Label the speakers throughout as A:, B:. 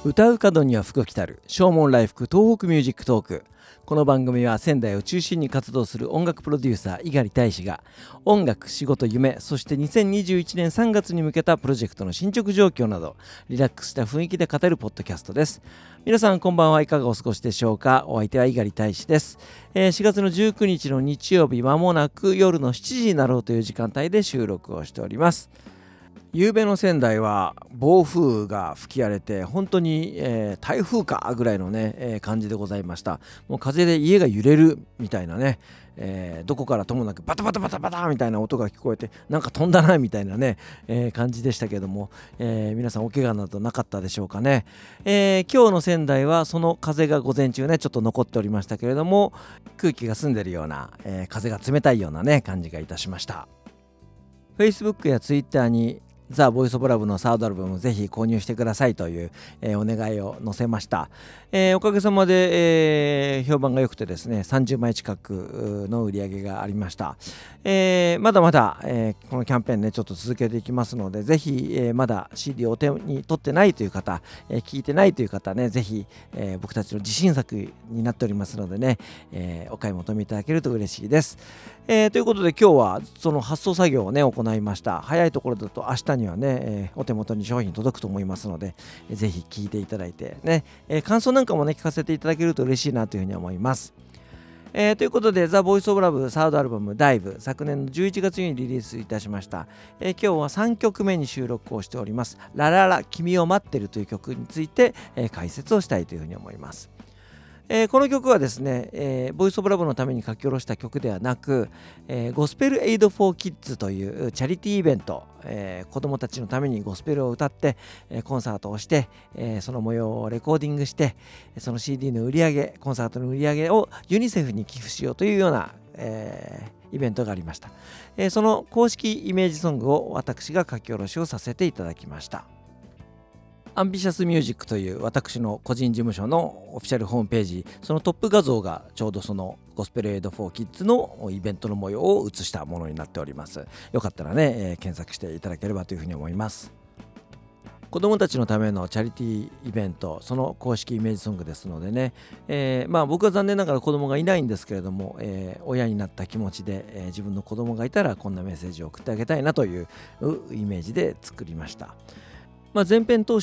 A: 歌う角には福来たる正門来福東北ミュージックトーク。この番組は仙台を中心に活動する音楽プロデューサー猪狩大使が音楽、仕事、夢、そして2021年3月に向けたプロジェクトの進捗状況などリラックスした雰囲気で語るポッドキャストです。皆さんこんばんは。いかがお過ごしでしょうか。お相手は猪狩大使です。4月の19日の日曜日、まもなく夜の7時になろうという時間帯で収録をしております。夕べの仙台は暴風が吹き荒れて本当に、台風かぐらいのね、感じでございました。もう風で家が揺れるみたいなね、どこからともなくバタバタバタバタみたいな音が聞こえてなんか飛んだなみたいなね、感じでしたけども、皆さんお怪我などなかったでしょうかね。今日の仙台はその風が午前中ねちょっと残っておりましたけれども、空気が澄んでるような、風が冷たいようなね感じがいたしました。 Facebook や Twitter にザ・ボイス・オブ・ラブのサードアルバムぜひ購入してくださいという、お願いを載せました。おかげさまで、評判が良くてですね30枚近くの売り上げがありました。まだまだ、このキャンペーンねちょっと続けていきますので、ぜひ、まだ CD をお手に取ってないという方、聞いてないという方ねぜひ、僕たちの自信作になっておりますのでね、お買い求めいただけると嬉しいです。ということで今日はその発送作業をね行いました。早いところだと明日にはね、お手元に商品届くと思いますので、ぜひ聞いていただいてね、感想なんかもね聞かせていただけると嬉しいなというふうに思います。ということでザ・ボイス・オブ・ラブサードアルバムダイブ、昨年の11月にリリースいたしました。今日は3曲目に収録をしておりますラララ君を待ってるという曲について、解説をしたいというふうに思います。この曲はですね、ボイスオブラブのために書き下ろした曲ではなく、ゴスペルエイドフォーキッズというチャリティーイベント、子どもたちのためにゴスペルを歌って、コンサートをして、その模様をレコーディングして、その CD の売り上げ、コンサートの売り上げをユニセフに寄付しようというような、イベントがありました。その公式イメージソングを私が書き下ろしをさせていただきました。アンビシャスミュージックという私の個人事務所のオフィシャルホームページ、そのトップ画像がちょうどそのゴスペルエイドフォーキッズのイベントの模様を映したものになっております。よかったらね、検索していただければというふうに思います。子どもたちのためのチャリティーイベント、その公式イメージソングですのでね、僕は残念ながら子供がいないんですけれども、親になった気持ちで、自分の子供がいたらこんなメッセージを送ってあげたいなというイメージで作りました。前編通して、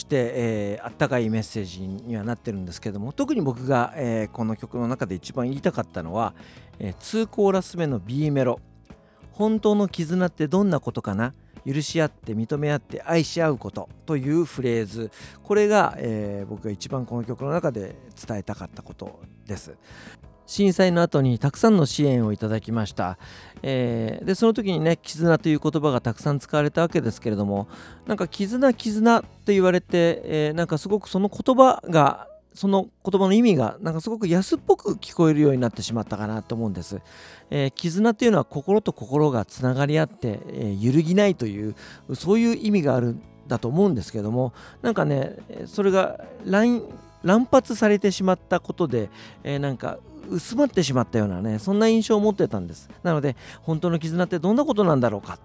A: あったかいメッセージにはなってるんですけども、特に僕が、この曲の中で一番言いたかったのは、2コーラス目の B メロ、本当の絆ってどんなことかな、許し合って認め合って愛し合うことというフレーズ、これが、僕が一番この曲の中で伝えたかったことです。震災の後にたくさんの支援をいただきました。でその時にね絆という言葉がたくさん使われたわけですけれども、なんか絆って言われて、なんかすごくその言葉の意味がなんかすごく安っぽく聞こえるようになってしまったかなと思うんです。絆っていうのは心と心がつながり合って、揺るぎないというそういう意味があるんだと思うんですけども、なんかねそれが乱発されてしまったことで、なんか薄まってしまったようなねそんな印象を持ってたんです。なので本当の絆ってどんなことなんだろうかって、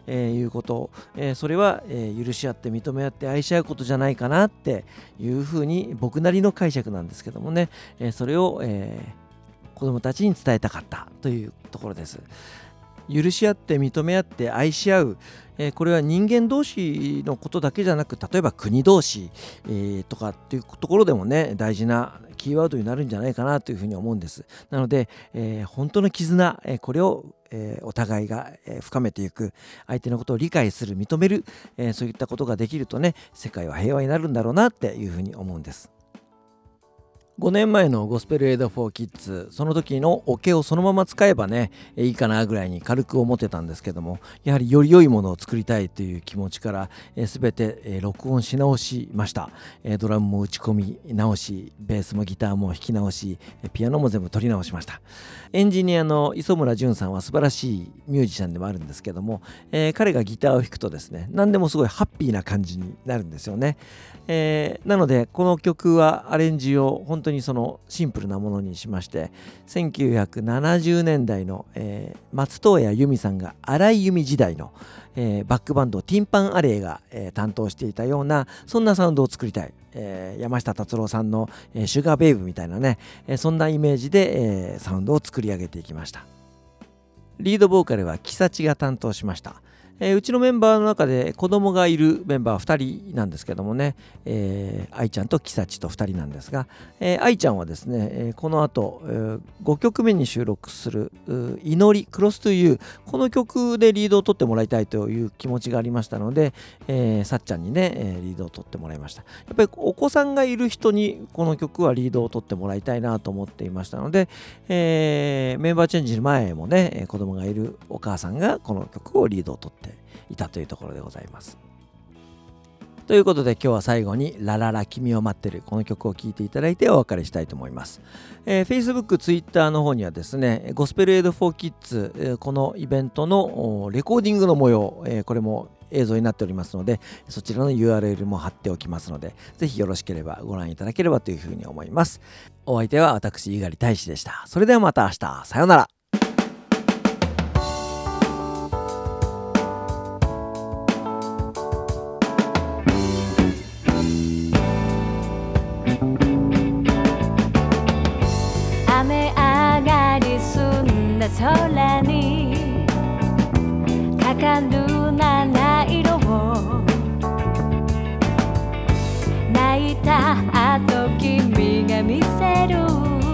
A: いうことを、それは、許し合って認め合って愛し合うことじゃないかなっていうふうに僕なりの解釈なんですけどもね、それを、子どもたちに伝えたかったというところです。許し合って認め合って愛し合う、これは人間同士のことだけじゃなく、例えば国同士、とかっていうところでもね大事なキーワードになるんじゃないかなというふうに思うんです。なので、本当の絆、これを、お互いが、深めていく、相手のことを理解する認める、そういったことができるとね世界は平和になるんだろうなっていうふうに思うんです。5年前のゴスペルエイドフォーキッズ、その時のオケをそのまま使えばねいいかなぐらいに軽く思ってたんですけども、やはりより良いものを作りたいという気持ちから、全て、録音し直しました。ドラムも打ち込み直し、ベースもギターも弾き直し、ピアノも全部取り直しました。エンジニアの磯村淳さんは素晴らしいミュージシャンでもあるんですけども、彼がギターを弾くとですね何でもすごいハッピーな感じになるんですよね。なのでこの曲はアレンジを本当にそのシンプルなものにしまして、1970年代の、松任谷由実さんが荒井由実時代の、バックバンドティンパンアレイが、担当していたようなそんなサウンドを作りたい、 山下達郎さんの、シュガーベイブみたいなね、そんなイメージで、サウンドを作り上げていきました。リードボーカルはキサチが担当しました。うちのメンバーの中で子供がいるメンバー2人なんですけどもね、愛ちゃんとキサチと2人なんですが、愛ちゃんはですね、この後、5曲目に収録する祈りクロストゥユー、この曲でリードを取ってもらいたいという気持ちがありましたので、さっちゃんにね、リードを取ってもらいました。やっぱりお子さんがいる人にこの曲はリードを取ってもらいたいなと思っていましたので、メンバーチェンジ前もね、子供がいるお母さんがこの曲をリードを取っていたというところでございます。ということで今日は最後にラララ君を待ってるこの曲を聴いていただいてお別れしたいと思います。Facebook、Twitter の方にはですね、ゴスペルエイドフォーキッズ、このイベントのレコーディングの模様、これも映像になっておりますので、そちらの URL も貼っておきますので、ぜひよろしければご覧いただければというふうに思います。お相手は私、猪狩大使でした。それではまた明日。さようなら。
B: 雨上がり澄んだ空にかかる七色を泣いた後君が見せる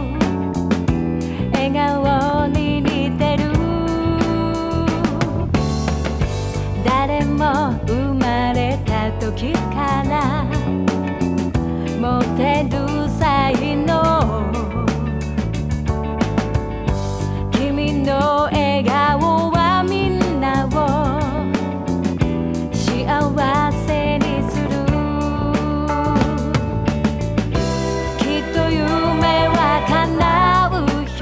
B: 笑顔に似てる。誰も生まれた時から持ってる才能、君の笑顔はみんなを幸せにする。きっと夢は叶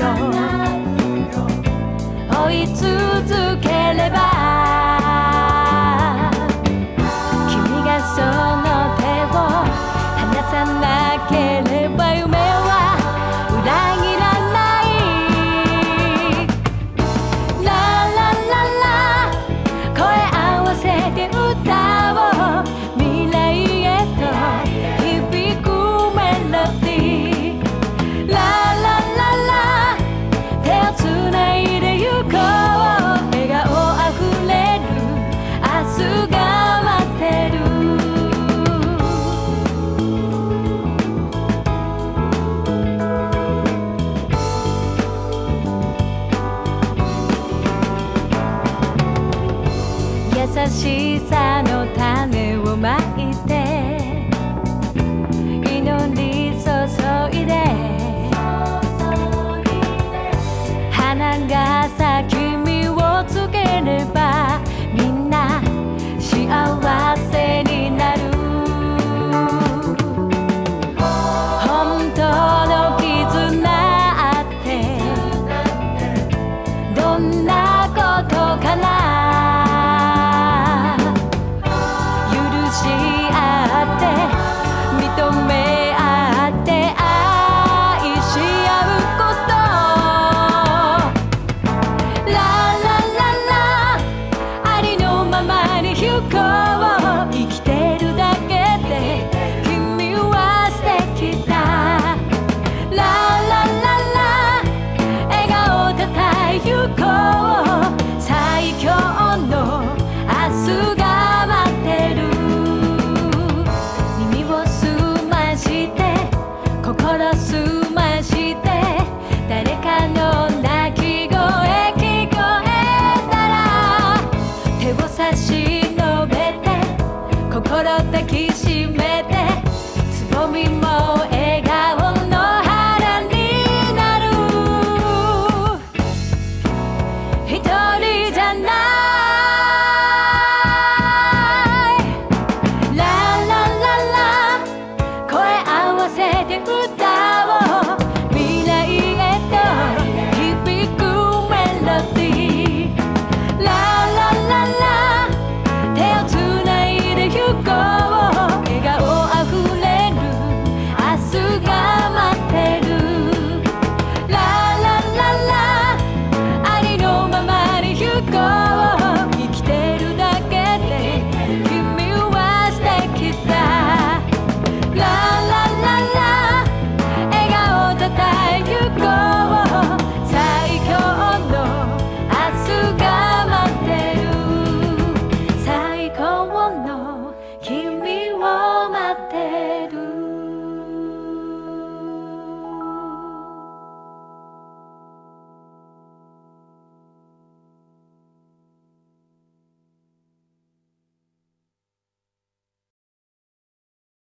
B: うよ、追い続ければ。君がその手を離さなければ夢は裏切らない。ララララ声合わせて歌おう、未来へと響くメロディー。ララララ手をつないでゆこう、笑顔あふれる明日が待ってる。優しさの種をまいて祈り注いで、花が咲き実をつければみんな幸せになる。本当の絆ってどんなことかな。心抱きしめ